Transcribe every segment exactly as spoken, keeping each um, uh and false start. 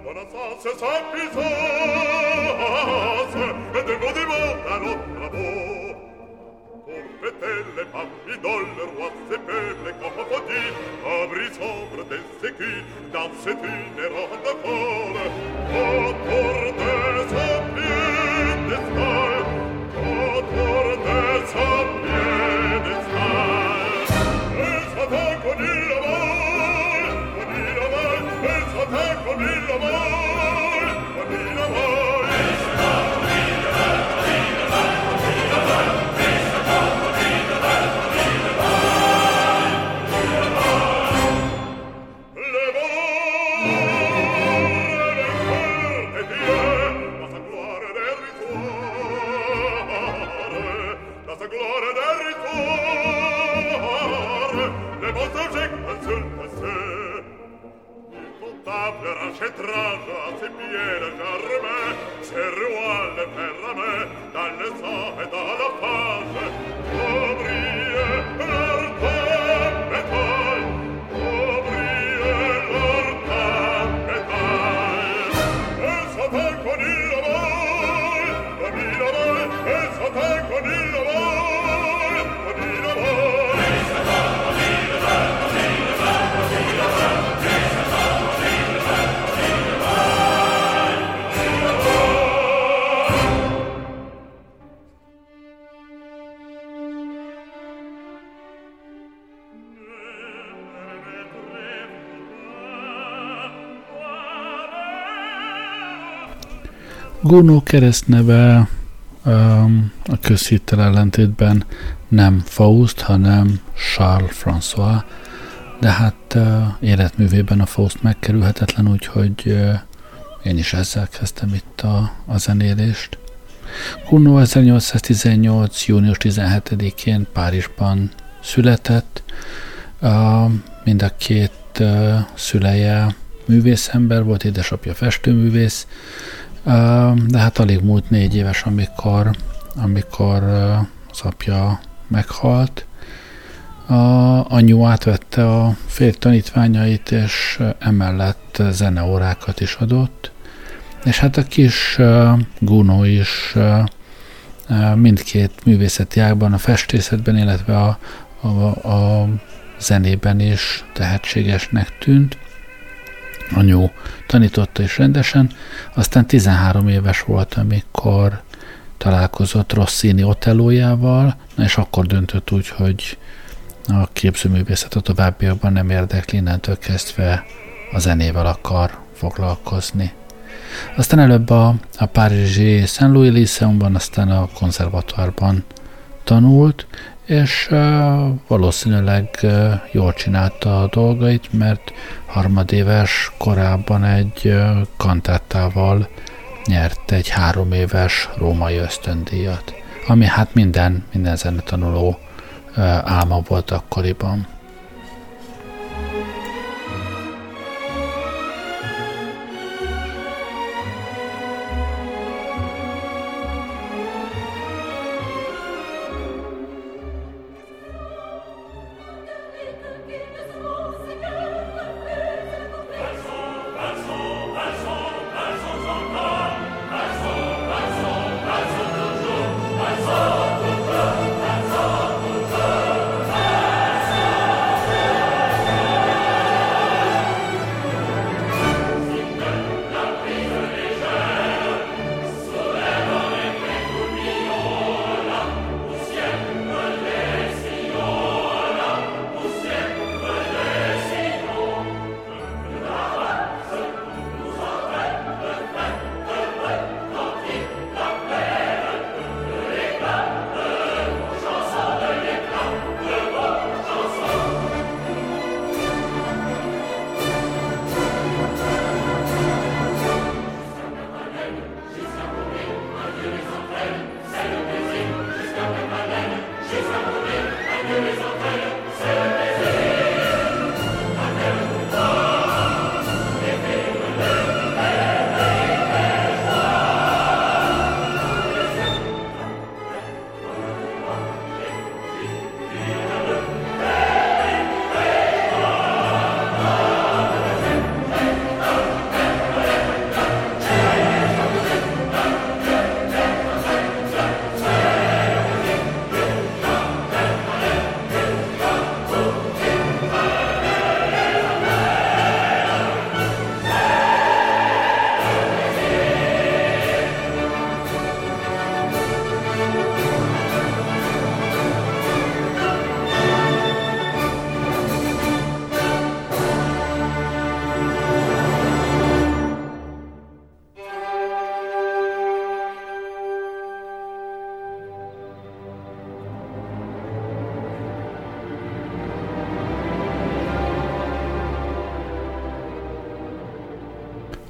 se s'appisasse et démodément à notre amour. Pour fêter les papilloles, le roi ses peuples et copopodines, abris sombre des séquilles, dans cette inhérente folle, autour de ce piédestal, autour de ce piédestal. Et Satan con il amal, con il amal, et Satan con il amal, con il amal. Étrange à ses pieds le charme, ses rouales fermées dans le sang et dans la page, pour briller leur tapétal, pour briller leur tapétal. Et Satan con il amal, con il amal, et Satan con il amal, con il amal. Et Satan con il amal, con il amal, con il amal. Gounod keresztneve um, a közhittel ellentétben nem Faust, hanem Charles François, de hát uh, életművében a Faust megkerülhetetlen, úgyhogy uh, én is ezzel kezdtem itt a, a zenélést. Gounod ezernyolcszáztizennyolc. június tizenhetedikén Párizsban született. Uh, mind a két uh, szüleje művészember volt, édesapja festőművész, de hát alig múlt négy éves, amikor, amikor az apja meghalt. A anyu átvette a férj tanítványait, és emellett zeneórákat is adott. És hát a kis Gounod is mindkét művészeti ágban, a festészetben, illetve a, a, a zenében is tehetségesnek tűnt. Anyu tanította is rendesen, aztán tizenhárom éves volt, amikor találkozott Rossini Otellójával, és akkor döntött úgy, hogy a képzőművészet a továbbiakban nem érdekli, innentől kezdve a zenével akar foglalkozni. Aztán előbb a, a párizsi Saint-Louis Lyceumban, aztán a konzervatóriumban tanult, és uh, valószínűleg uh, jól csinálta a dolgait, mert harmadéves korában egy uh, kantáttával nyert egy három éves római ösztöndíjat, ami hát minden, minden zenetanuló uh, álma volt akkoriban. Passons, passons, passons, passons, passons,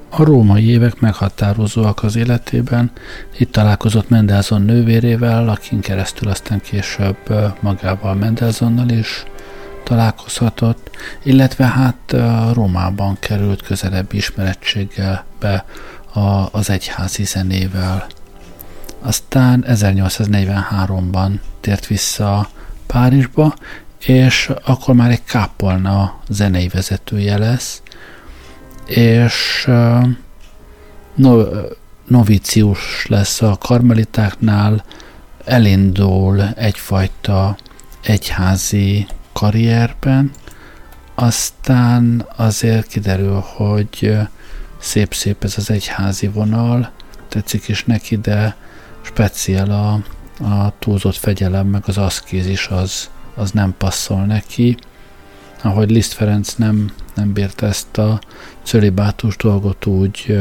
A római évek meghatározóak az életében. Itt találkozott Mendelssohn nővérével, akin keresztül aztán később magával Mendelssohnnal is találkozhatott, illetve hát Rómában került közelebbi ismerettséggel be az egyházi zenével. Aztán ezernyolcszáznegyvenháromban tért vissza Párizsba, és akkor már egy kápolna zenei vezetője lesz, és no, novícius lesz a karmelitáknál, elindul egyfajta egyházi karrierben, aztán azért kiderül, hogy szép-szép ez az egyházi vonal, tetszik is neki, de speciál a, a túlzott fegyelem, meg az aszkézis az, az nem passzol neki. Ahogy Liszt Ferenc nem, nem bírta ezt a cölibátus dolgot, úgy,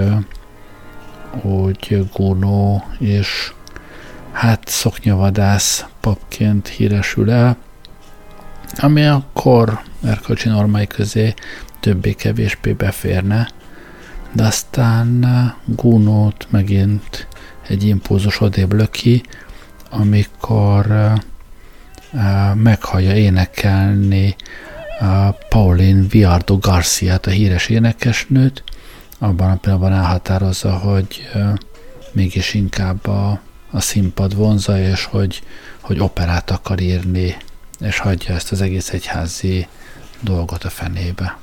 úgy Gounod és hát szoknyavadász papként híresül el, ami a kor erkölcsi normái közé többé-kevésbé beférne, de aztán Gounod megint egy impulzus odébb löki, amikor uh, meghallja énekelni uh, Pauline Viardot Garciát, a híres énekesnőt, abban a pillanatban elhatározza, hogy uh, mégis inkább a, a színpad vonza, és hogy, hogy operát akar írni, és hagyja ezt az egész egyházi dolgot a fenébe.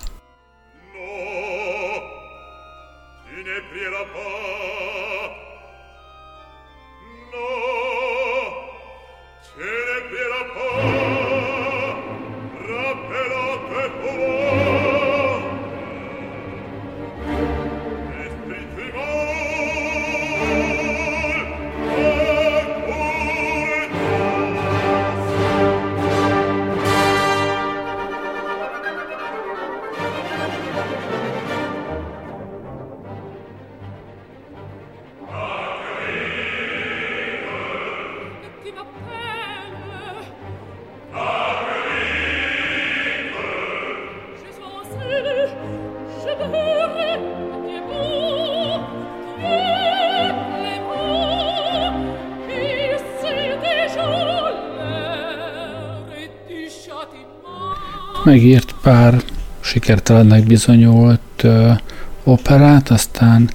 Megírt pár sikertelennek bizonyult ö, operát, aztán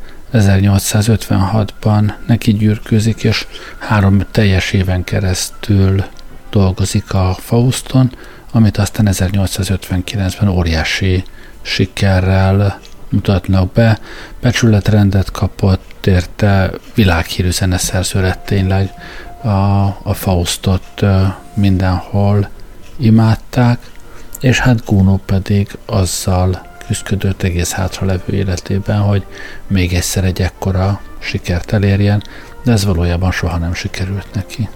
ezernyolcszázötvenhatban neki gyűrkőzik, és három teljes éven keresztül dolgozik a Fauston, amit aztán ezernyolcszázötvenkilencben óriási sikerrel mutatnak be. Becsületrendet kapott, érte, világhírű zeneszerző lett tényleg, a, a Faustot ö, mindenhol imádták, és hát Gounod pedig azzal küszködött egész hátralevő életében, hogy még egyszer egy ekkora sikert elérjen, de ez valójában soha nem sikerült neki.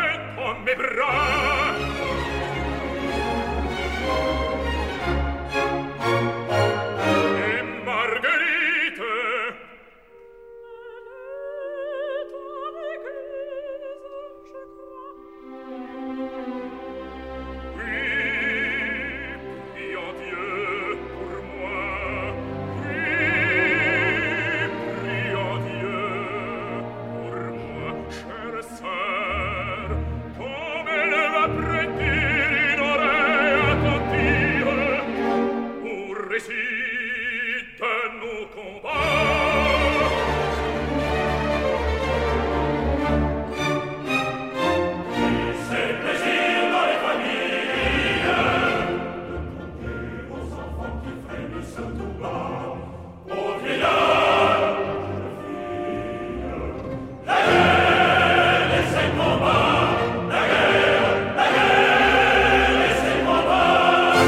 Mes bras récite nos combats. Et c'est plaisir dans les familles de compter aux enfants qui frémissent tout bas, aux vieillards, aux filles. La guerre et ses combats, la guerre, la guerre et ses combats.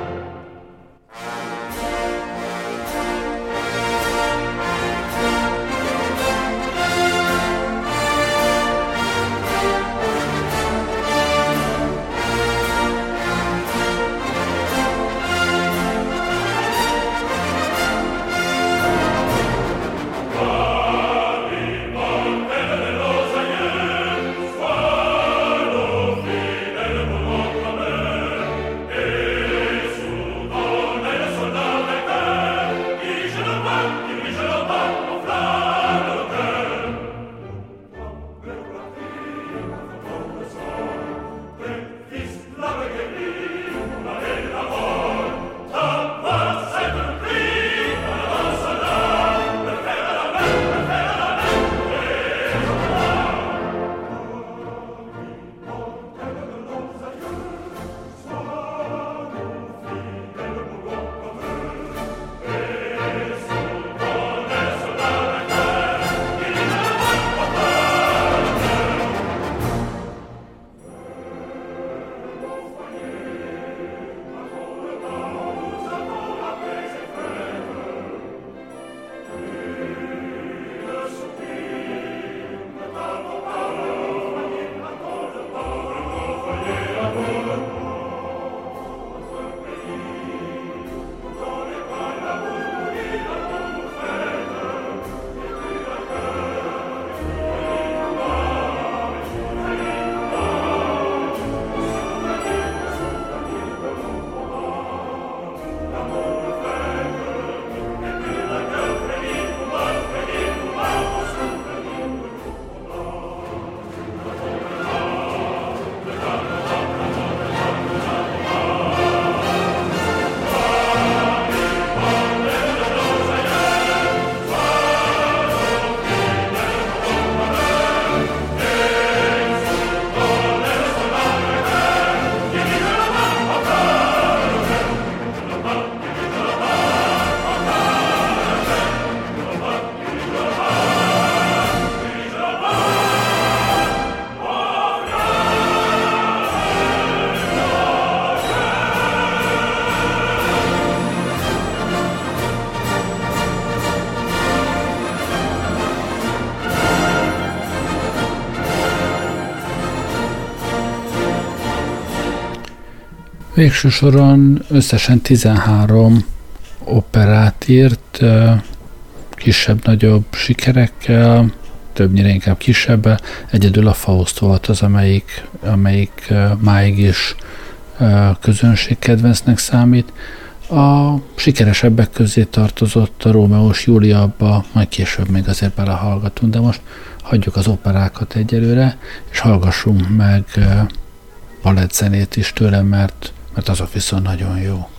Végső soron összesen tizenhárom operát írt, kisebb-nagyobb sikerekkel, többnyire inkább kisebbel. Egyedül a Faust volt az, amelyik, amelyik máig is közönségkedvencnek számít. A sikeresebbek közé tartozott a Rómeós Júlia, abba majd később még azért belehallgatunk, de most hagyjuk az operákat egyelőre, és hallgassunk meg balettzenét is tőlem, mert, mert azok viszont nagyon jók.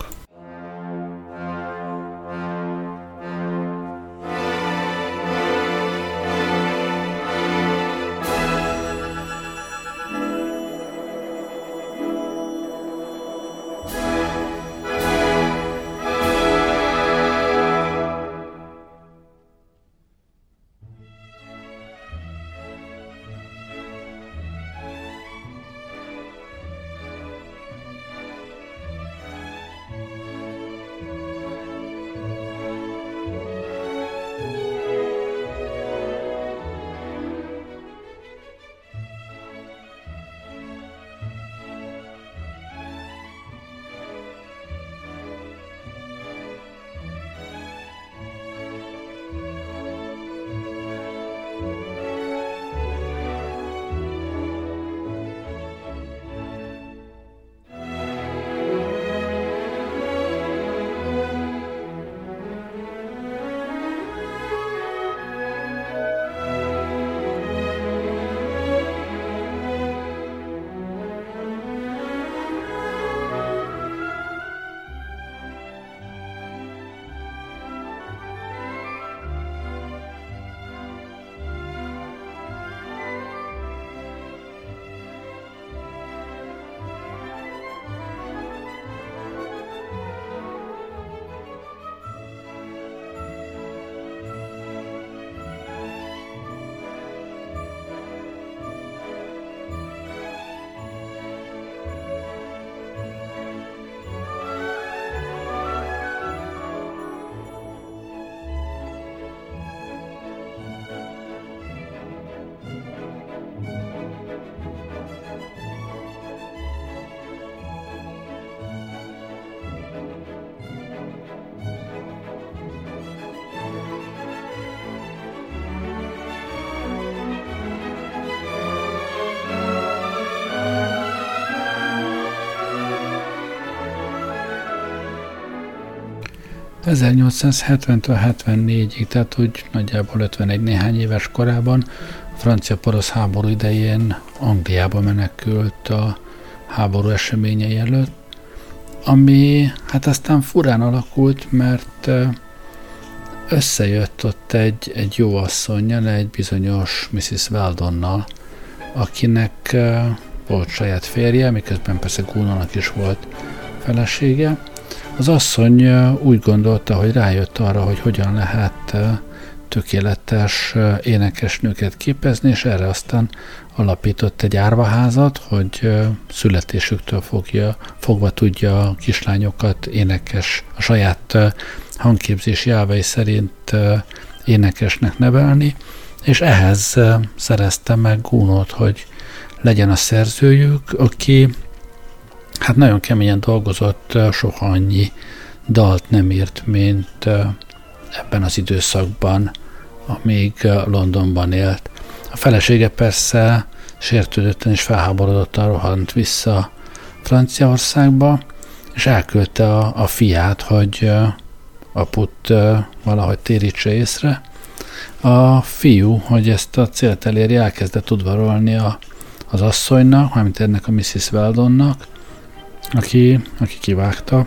ezernyolcszázhetventől hetvennégyig, tehát úgy nagyjából ötvenegy néhány éves korában a francia-porosz háború idején Angliába menekült a háború eseményei előtt, ami hát aztán furán alakult, mert összejött ott egy, egy jó asszonnyal, egy bizonyos missziz Weldonnal, akinek volt saját férje, miközben persze Gounodnak is volt felesége. Az asszony úgy gondolta, hogy rájött arra, hogy hogyan lehet tökéletes énekesnőket képezni, és erre aztán alapított egy árvaházat, hogy születésüktől fogja, fogva tudja a kislányokat énekes, a saját hangképzési elvei szerint énekesnek nevelni, és ehhez szerezte meg Gounod, hogy legyen a szerzőjük, aki hát nagyon keményen dolgozott, soha annyi dalt nem írt, mint ebben az időszakban, amíg Londonban élt. A felesége persze sértődötten és felháborodottan rohant vissza Franciaországba, és elküldte a, a fiát, hogy aput valahogy térítse észre. A fiú, hogy ezt a célt elérje, elkezdett udvarolni a, az asszonynak, mármint ennek a missziz Weldonnak, aki, aki kivágta.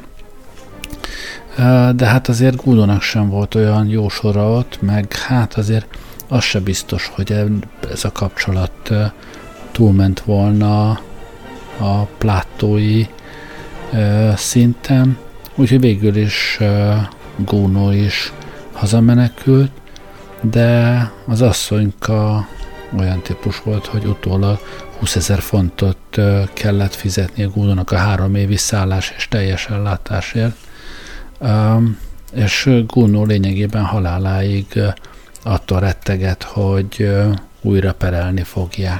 De hát azért Gounodnak sem volt olyan jó sora ott, meg hát azért az se biztos, hogy ez a kapcsolat túlment volna a plátói szinten, úgyhogy végül is Gounod is hazamenekült, de az asszonyka olyan típus volt, hogy utólag húszezer fontot kellett fizetni a Gounodnak a három évi szállás és teljes ellátásért, és Gounod lényegében haláláig attól retteget, hogy újra perelni fogják.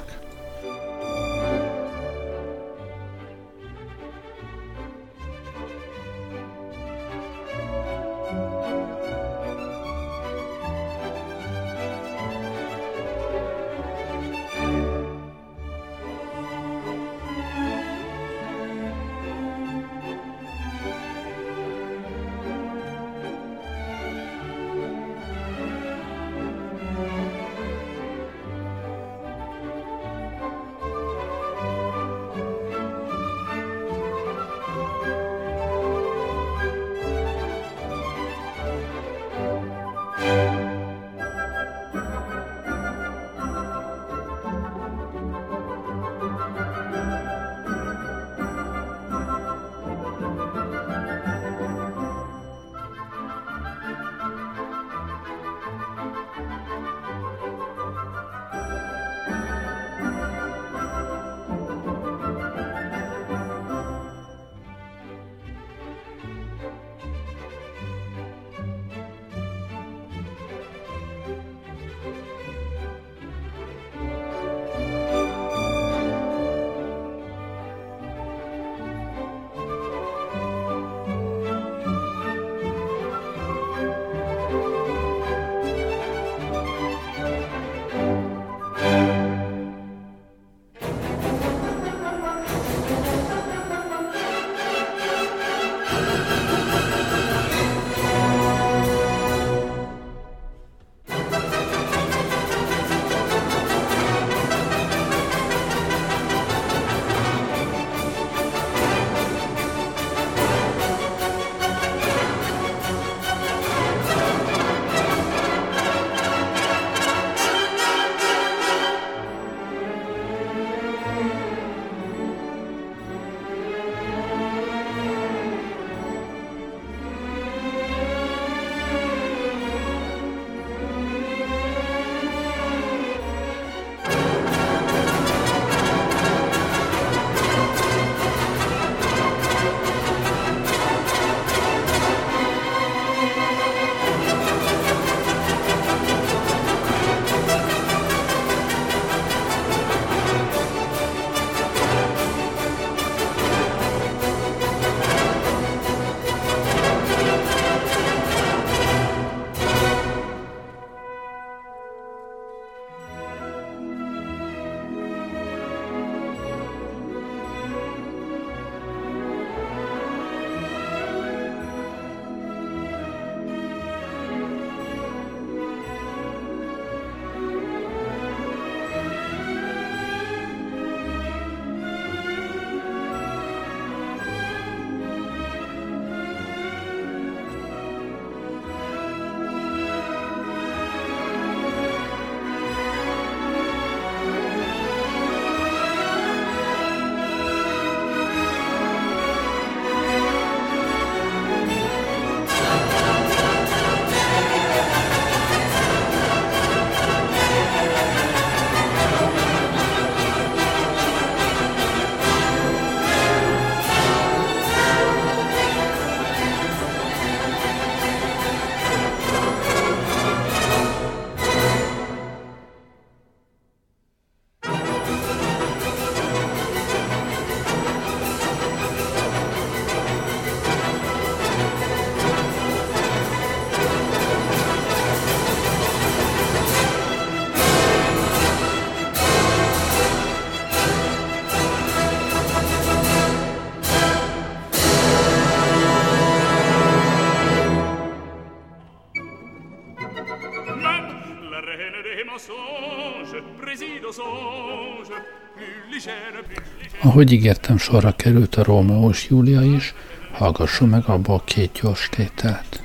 Ahogy ígértem, sorra került a Rómeó és Júlia is, hallgassuk meg abból két gyors tételt.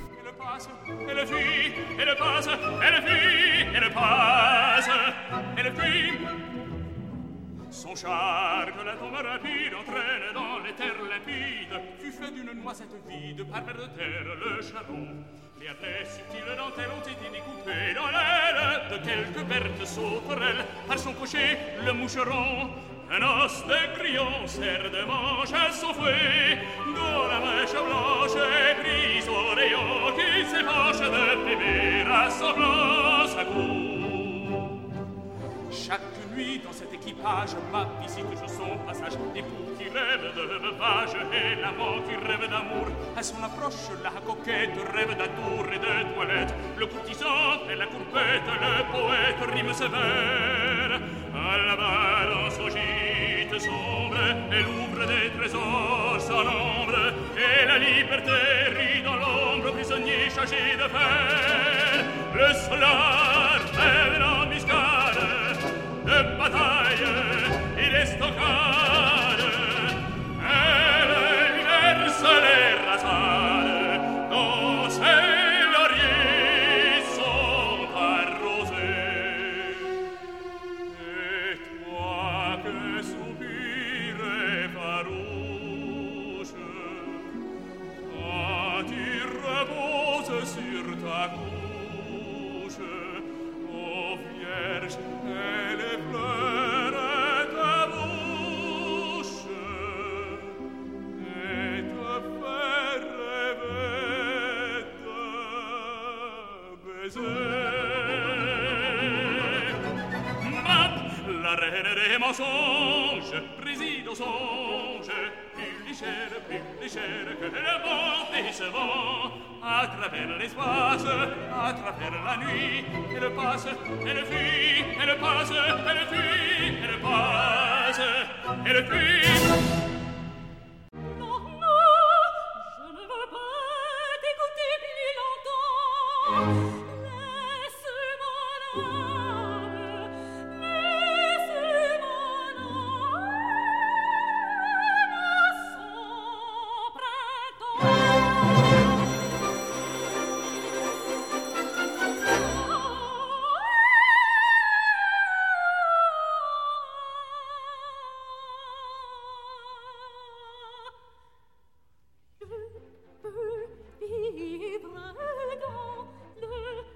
Son char que la tombe rapide entraîne dans les terres limpides fut fait d'une noisette vide par mer de terre le charbon. Les harnais subtiles dentelles ont été découpés dans l'aile de quelques pertes sauterelles par son cocher le moucheron. Un os de grillon sert de manche à son fouet dont la mèche blanche est prise au rayon qui s'épanche de bébé rassemblant sa cour. Chaque nuit dans cet équipage, ma visite je son passage, l'époux qui rêve de veuvage et l'amant qui rêve d'amour. À son approche, la coquette rêve d'atour et de toilette. Le courtisan fait la courbette, le poète rime sévère. À la balance au gîte sombre, elle ouvre des trésors sans nombre, et la liberté rit dans l'ombre, prisonnier chargé de fer. Le solar rêve l'embuscade de bataille et d'estocade, elle lui verse les rasades dont ses lauriers sont arrosés. Et toi que soupires farouche, quand tu reposes sur ta couche, ô Vierge, elle pleure ta bouche et te fait rêver de baiser. Map, la reine des mensonges, préside aux songes, plus légère, plus légère que le vent décevant. À travers l'espace, à travers la nuit, elle passe, elle fuit, elle passe, elle fuit, elle passe, elle fuit. Non, non, je ne veux pas t'écouter plus longtemps. Laisse mon âme, laisse mon âme à son printemps. Vivre dans le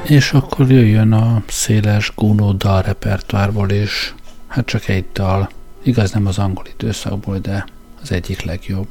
És akkor jöjjön a széles Gounod dalrepertoárból is, hát csak egy dal, igaz nem az angol időszakból, de az egyik legjobb.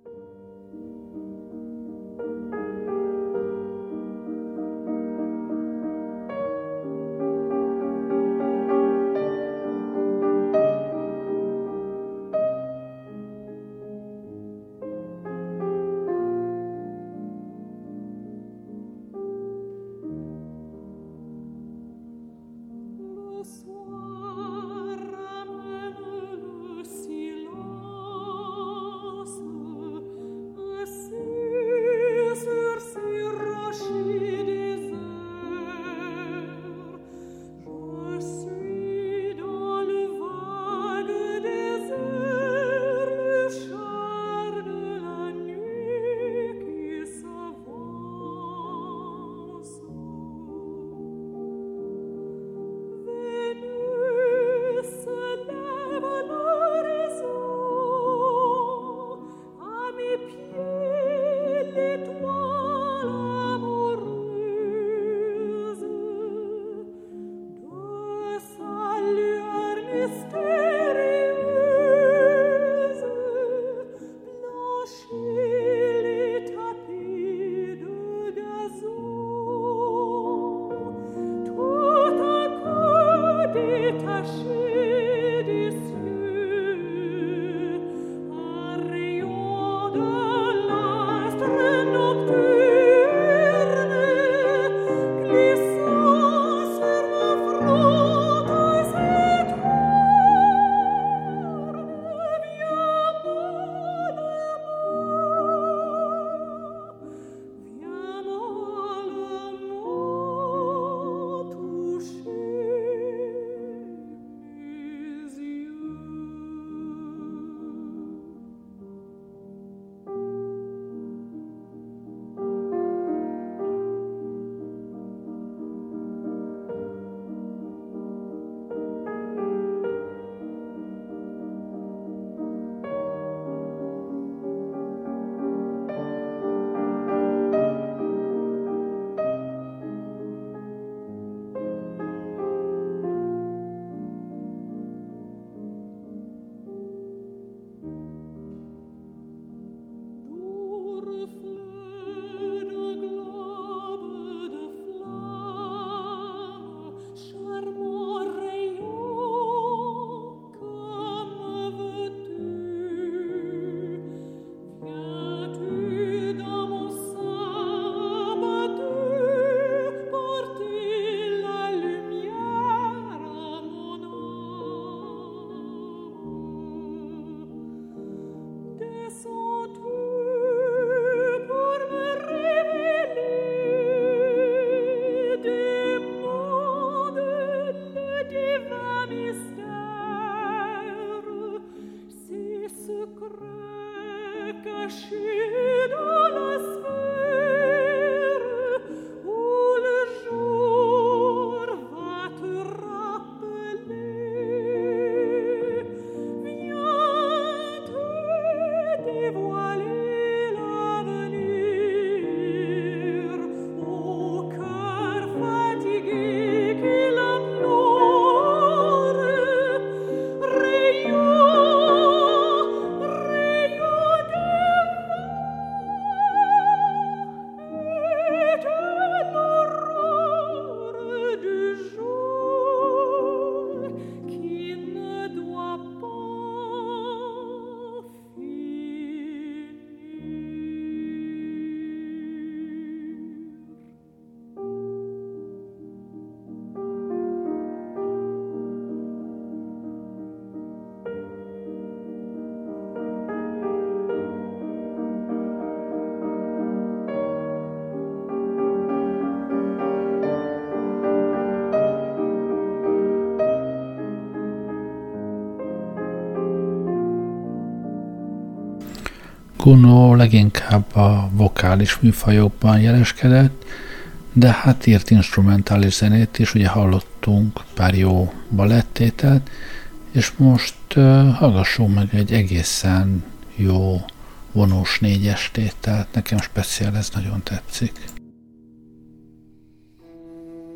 Gounod leginkább a vokális műfajokban jeleskedett, de hát írt instrumentális zenét is, ugye hallottunk pár jó balettételt, és most uh, hallgassunk meg egy egészen jó vonós négyes tételt, nekem speciál ez nagyon tetszik.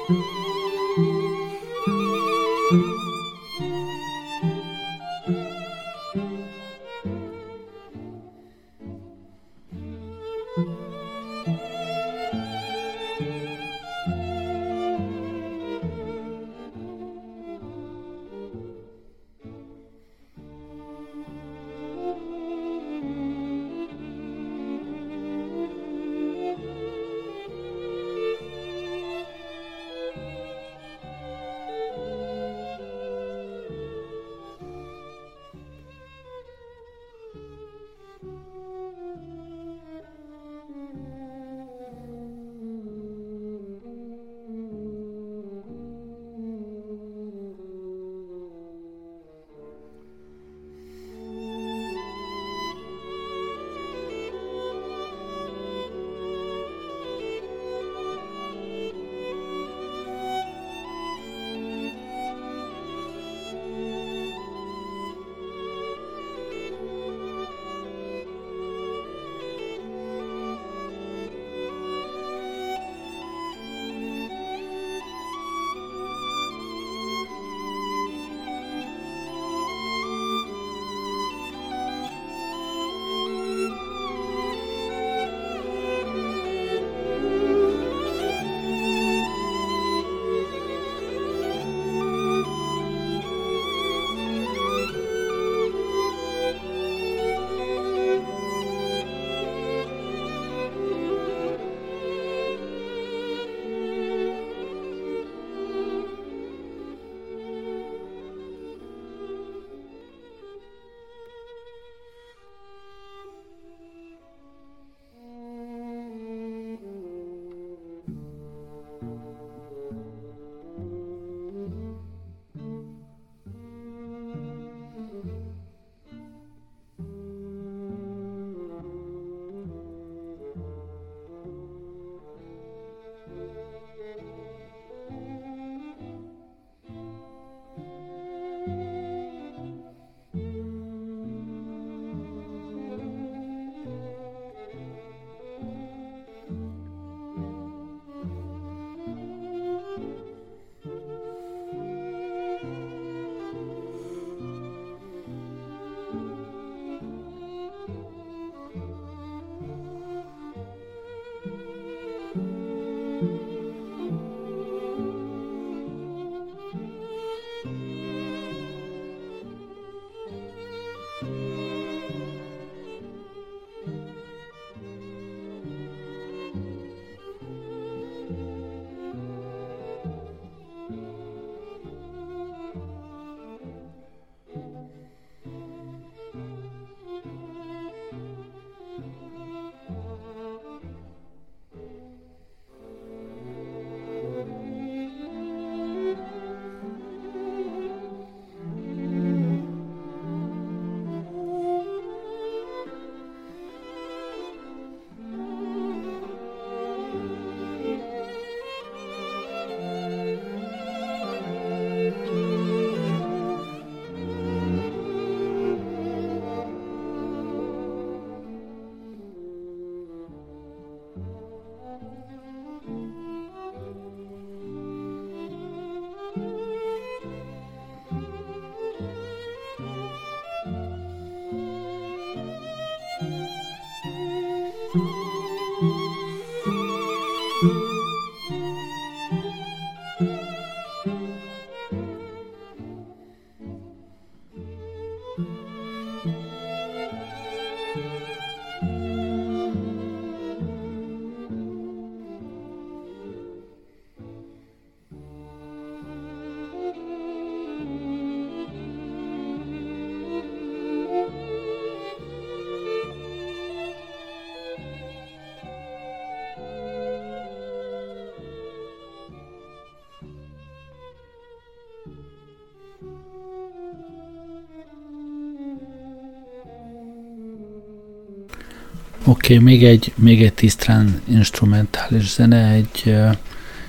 Oké, okay, még egy, még egy tisztrán instrumentális zene, egy uh,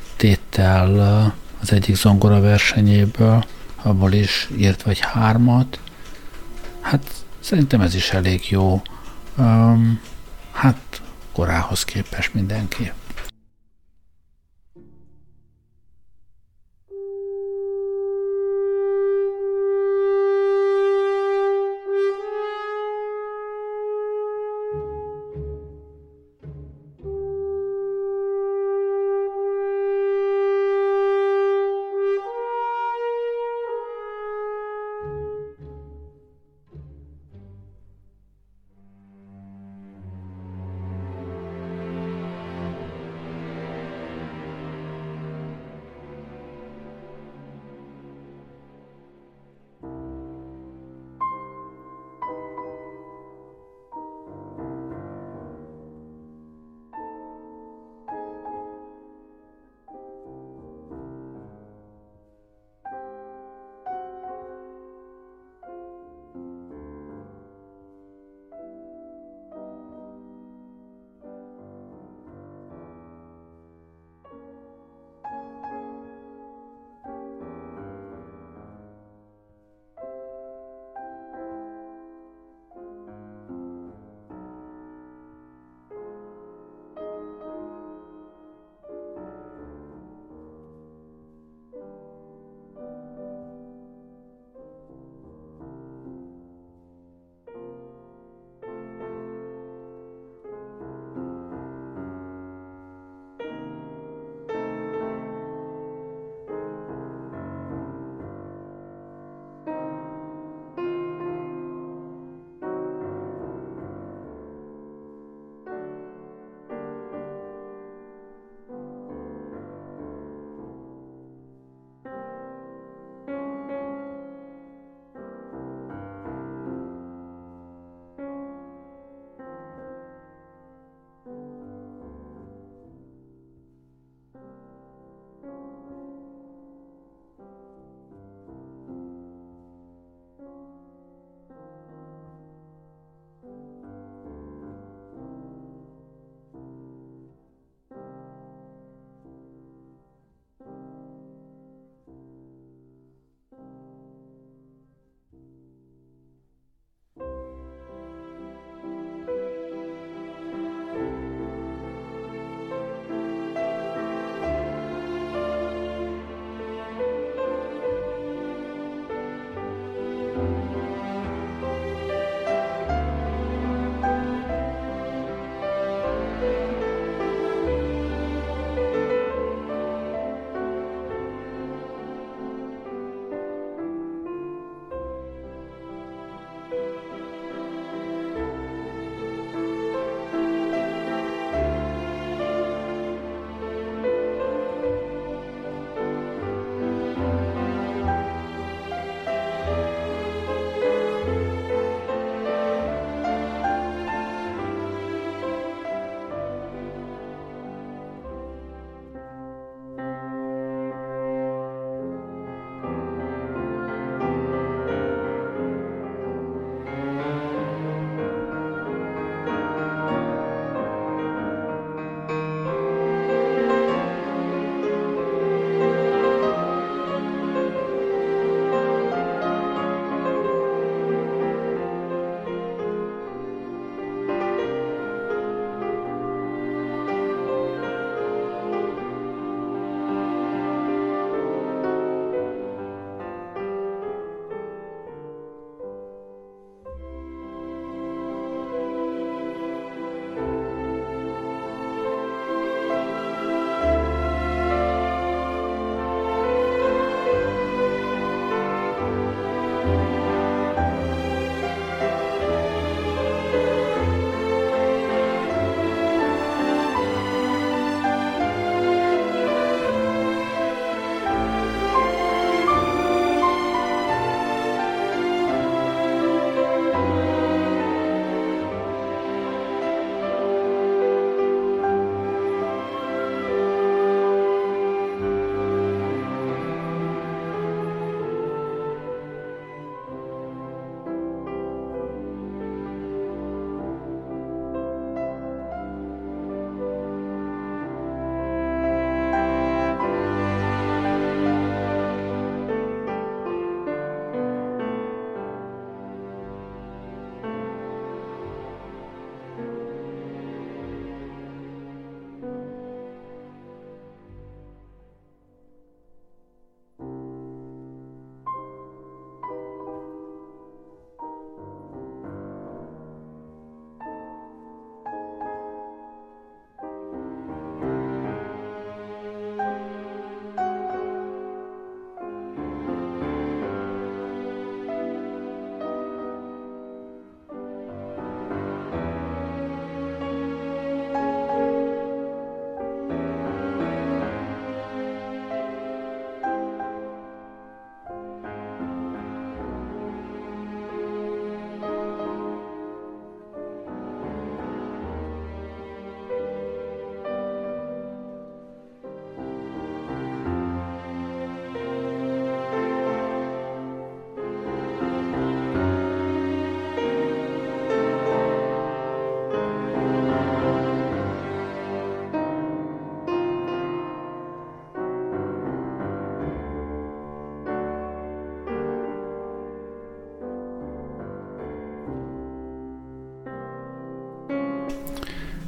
téttel uh, az egyik zongora versenyéből, abból is írt vagy hármat. Hát szerintem ez is elég jó. Um, hát korához képest mindenki.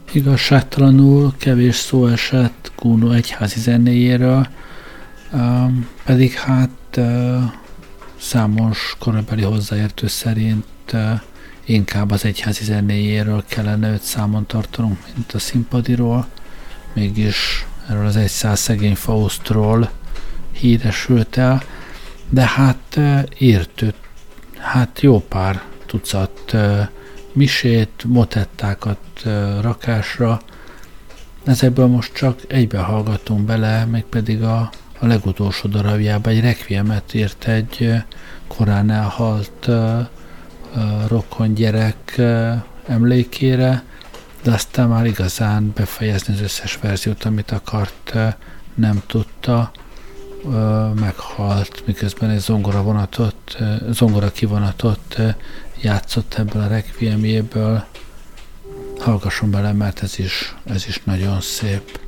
Igazságtalanul kevés szó esett Gounod egyházi zenéjéről, pedig hát számos korabeli hozzáértő szerint inkább az egyházi zenéjéről kellene őt számon tartanunk, mint a színpadiról. Mégis erről az egyszáz szegény Faustról híresült el, de hát írt ő, hát jó pár tucat misét, motettákat rakásra. Ezekből most csak egybe hallgatunk bele, mégpedig a, a legutolsó darabjába egy requiemet írt egy korán elhalt uh, uh, rokon gyerek uh, emlékére, de aztán már igazán befejezni az összes verziót, amit akart, uh, nem tudta, uh, meghalt, miközben egy zongora vonatot, uh, zongora kivonatot uh, játszott ebből a requiemjéből. Hallgasson bele, mert ez is, ez is nagyon szép.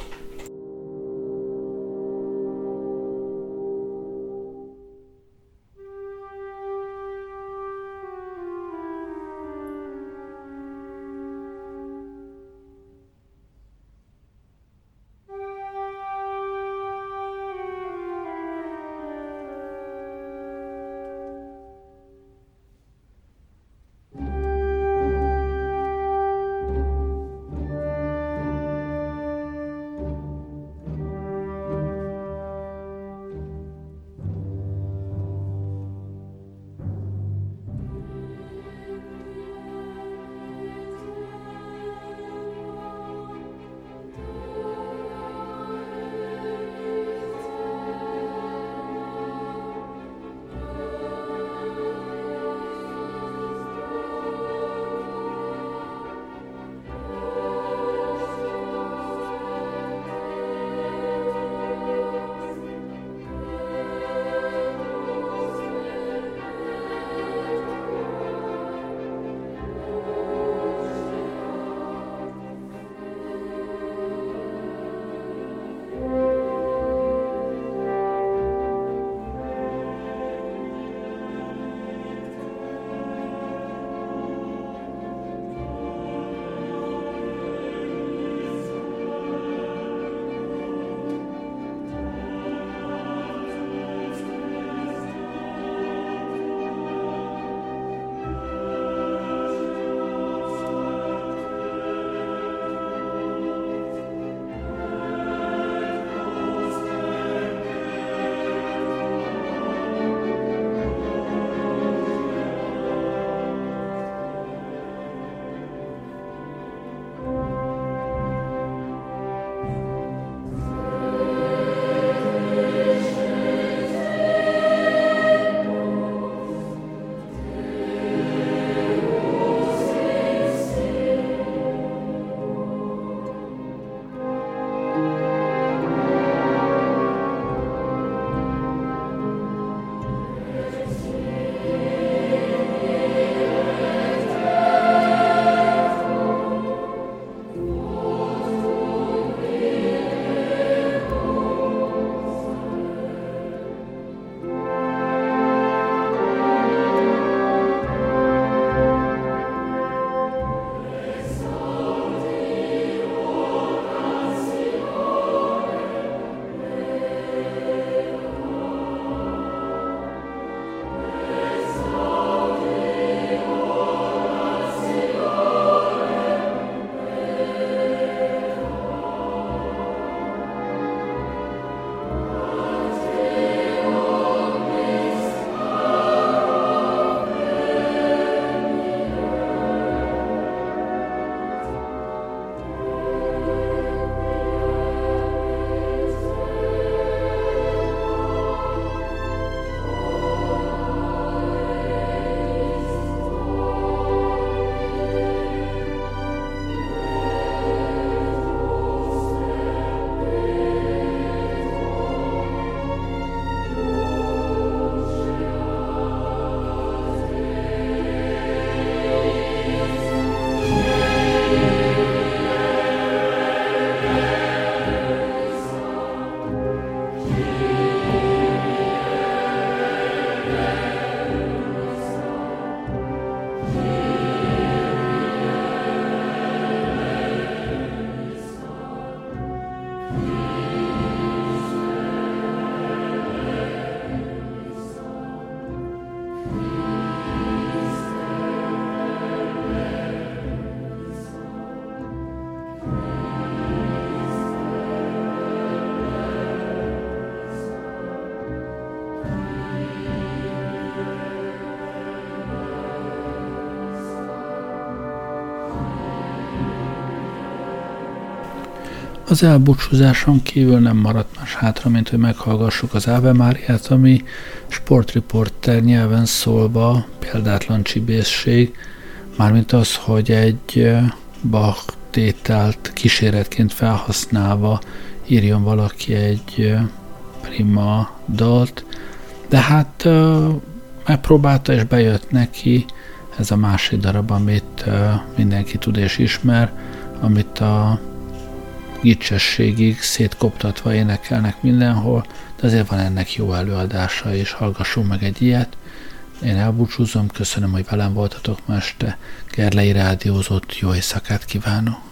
Az elbúcsúzáson kívül nem maradt más hátra, mint hogy meghallgassuk az Ave Máriát, ami sportriporter nyelven szólva példátlan csibészség, mármint az, hogy egy Bach tételt kíséretként felhasználva írjon valaki egy prima dalt, de hát megpróbálta és bejött neki ez a másik darab, amit mindenki tud és ismer, amit a gicsességig szétkoptatva énekelnek mindenhol, de azért van ennek jó előadása, és hallgassunk meg egy ilyet. Én elbúcsúzom, köszönöm, hogy velem voltatok ma este, Gerlei rádiózott, jó éjszakát kívánok!